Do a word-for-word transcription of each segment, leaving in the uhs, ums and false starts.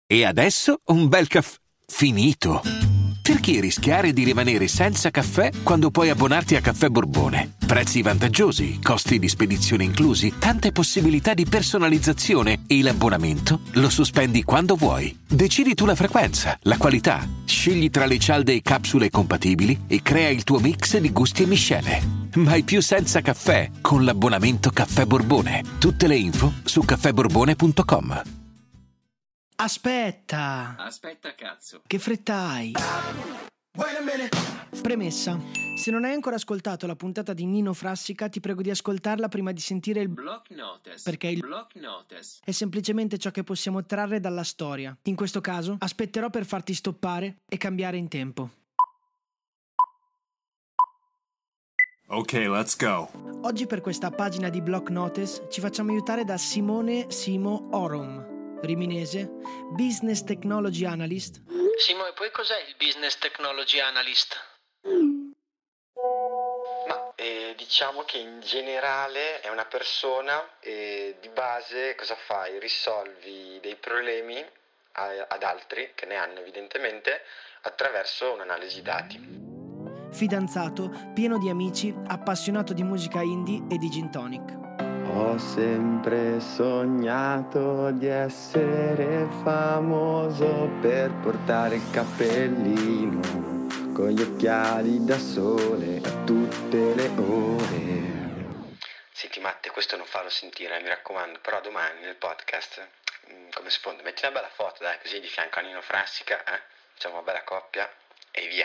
E adesso un bel caffè finito. Perché rischiare di rimanere senza caffè quando puoi abbonarti a Caffè Borbone? Prezzi vantaggiosi, costi di spedizione inclusi, tante possibilità di personalizzazione e l'abbonamento lo sospendi quando vuoi. Decidi tu la frequenza, la qualità, scegli tra le cialde e capsule compatibili e crea il tuo mix di gusti e miscele. Mai più senza caffè con l'abbonamento Caffè Borbone. Tutte le info su caffè borbone punto com. Aspetta! Aspetta, cazzo! Che fretta hai? Premessa. Se non hai ancora ascoltato la puntata di Nino Frassica, ti prego di ascoltarla prima di sentire il Block Notice. Perché il Block Notice è semplicemente ciò che possiamo trarre dalla storia. In questo caso, aspetterò per farti stoppare e cambiare in tempo. Ok, let's go. Oggi per questa pagina di Block Notice ci facciamo aiutare da Simone Simo Orom, riminese, Business Technology Analyst. Simo, e poi cos'è il Business Technology Analyst? Ma eh, diciamo che in generale è una persona e di base cosa fai? Risolvi dei problemi a, ad altri che ne hanno evidentemente attraverso un'analisi dati. Fidanzato, pieno di amici, appassionato di musica indie e di gin tonic. Ho sempre sognato di essere famoso per portare il cappellino con gli occhiali da sole a tutte le ore. Senti Matte, questo non farlo sentire, mi raccomando, però domani nel podcast, come sfondo, metti una bella foto, dai, così di fianco a Nino Frassica, eh? Facciamo una bella coppia e via.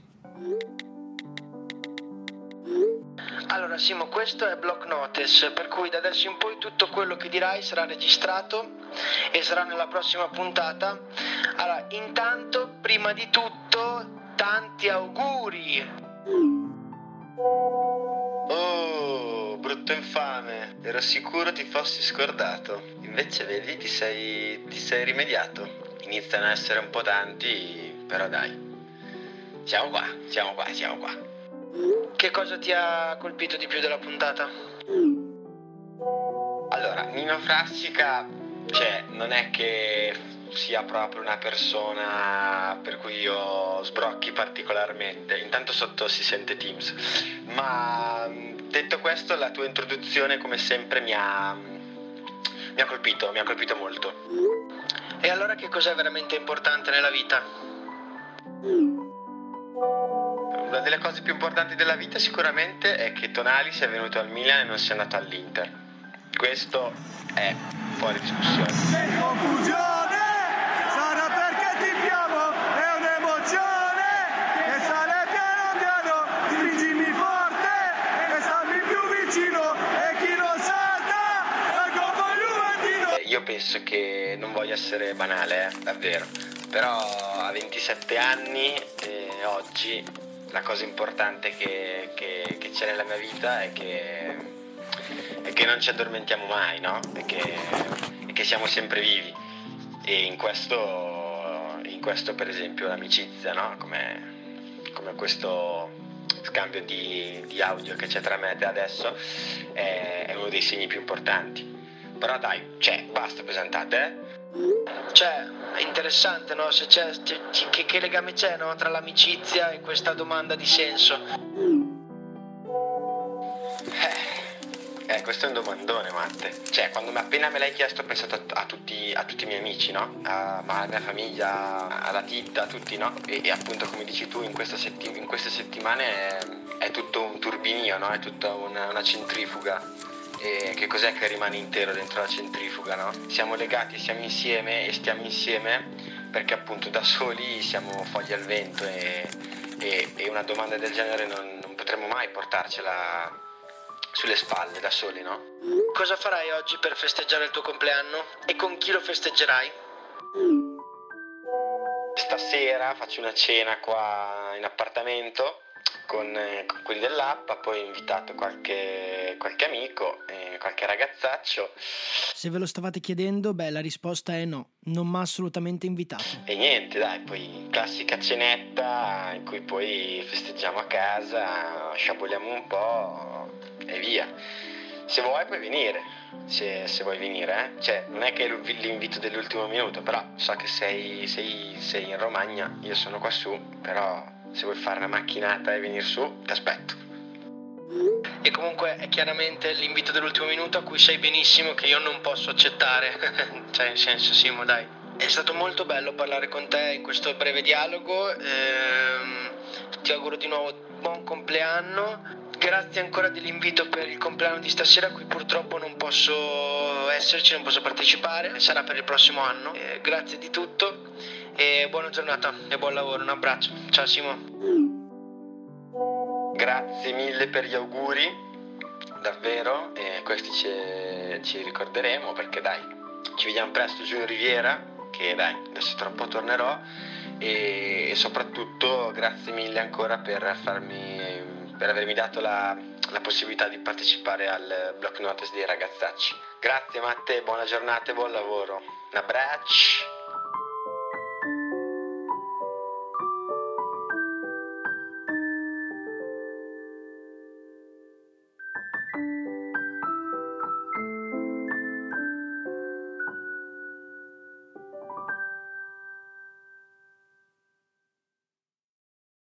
Allora Simo, questo è Block Notice, per cui da adesso in poi tutto quello che dirai sarà registrato e sarà nella prossima puntata. Allora, intanto, prima di tutto, tanti auguri! Oh, brutto infame, ero sicuro ti fossi scordato, invece vedi ti sei, ti sei rimediato. Iniziano a essere un po' tanti, però dai, siamo qua, siamo qua, siamo qua. Che cosa ti ha colpito di più della puntata? Allora, Nino Frassica, cioè, non è che sia proprio una persona per cui io sbrocchi particolarmente, intanto sotto si sente Teams, ma detto questo la tua introduzione come sempre mi ha, mi ha colpito, mi ha colpito molto. E allora che cos'è veramente importante nella vita? Una delle cose più importanti della vita sicuramente è che Tonali sia venuto al Milan e non sia andato all'Inter. Questo è fuori discussione. Che confusione! Sarà perché tifiamo, è un'emozione! Che sale piano piano, stringimi forte e stammi più vicino e chi non salta è come Juventino! Io penso che non voglio essere banale, eh, davvero, però a ventisette anni eh, oggi la cosa importante che, che, che c'è nella mia vita è che, è che non ci addormentiamo mai, no? E che, e che siamo sempre vivi. E in questo, in questo per esempio l'amicizia, no? Come, come questo scambio di, di audio che c'è tra me e te adesso è, è uno dei segni più importanti. Però dai, cioè, basta pesantate, eh? Cioè, è interessante, no? Se c'è, c'è- che, che legame c'è, no? Tra l'amicizia e questa domanda di senso. Eh, eh, questo è un domandone, Matte. Cioè, quando me- appena me l'hai chiesto ho pensato a, a tutti, a tutti i miei amici, no? A, ma alla mia famiglia, alla Titta, a tutti, no? E, e appunto, come dici tu, in, questa setti- in queste settimane è, è tutto un turbinio, no? È tutta una, una centrifuga. E che cos'è che rimane intero dentro la centrifuga, no? Siamo legati, siamo insieme e stiamo insieme perché appunto da soli siamo fogli al vento e, e, e una domanda del genere non, non potremmo mai portarcela sulle spalle da soli, no? Cosa farai oggi per festeggiare il tuo compleanno? E con chi lo festeggerai? Stasera faccio una cena qua in appartamento con, eh, con quelli dell'app, poi ho invitato qualche, qualche amico, eh, qualche ragazzaccio Se ve lo stavate chiedendo, beh, la risposta è no. Non m'ha assolutamente invitato. e niente, dai, poi classica cenetta in cui poi festeggiamo a casa, sciaboliamo un po' e via. Se vuoi puoi venire. se, se vuoi venire, eh. Cioè, non è che è l'invito dell'ultimo minuto, però so che sei, sei, sei in Romagna, io sono qua su, però se vuoi fare una macchinata e venire su, ti aspetto. E comunque è chiaramente l'invito dell'ultimo minuto a cui sai benissimo che io non posso accettare. Cioè, nel senso, Simo, dai. È stato molto bello parlare con te in questo breve dialogo. Ehm, ti auguro di nuovo buon compleanno. Grazie ancora dell'invito per il compleanno di stasera, a cui purtroppo non posso esserci, non posso partecipare. Sarà per il prossimo anno. Eh, grazie di tutto e buona giornata e buon lavoro. Un abbraccio. Ciao Simo. Grazie mille per gli auguri, davvero, e questi ci, ci ricorderemo, perché dai, ci vediamo presto giù in Riviera, che dai, adesso tra un po' tornerò, e, e soprattutto grazie mille ancora per farmi, per avermi dato la, la possibilità di partecipare al Block Notice dei ragazzacci. Grazie Matte, buona giornata e buon lavoro. Un abbraccio.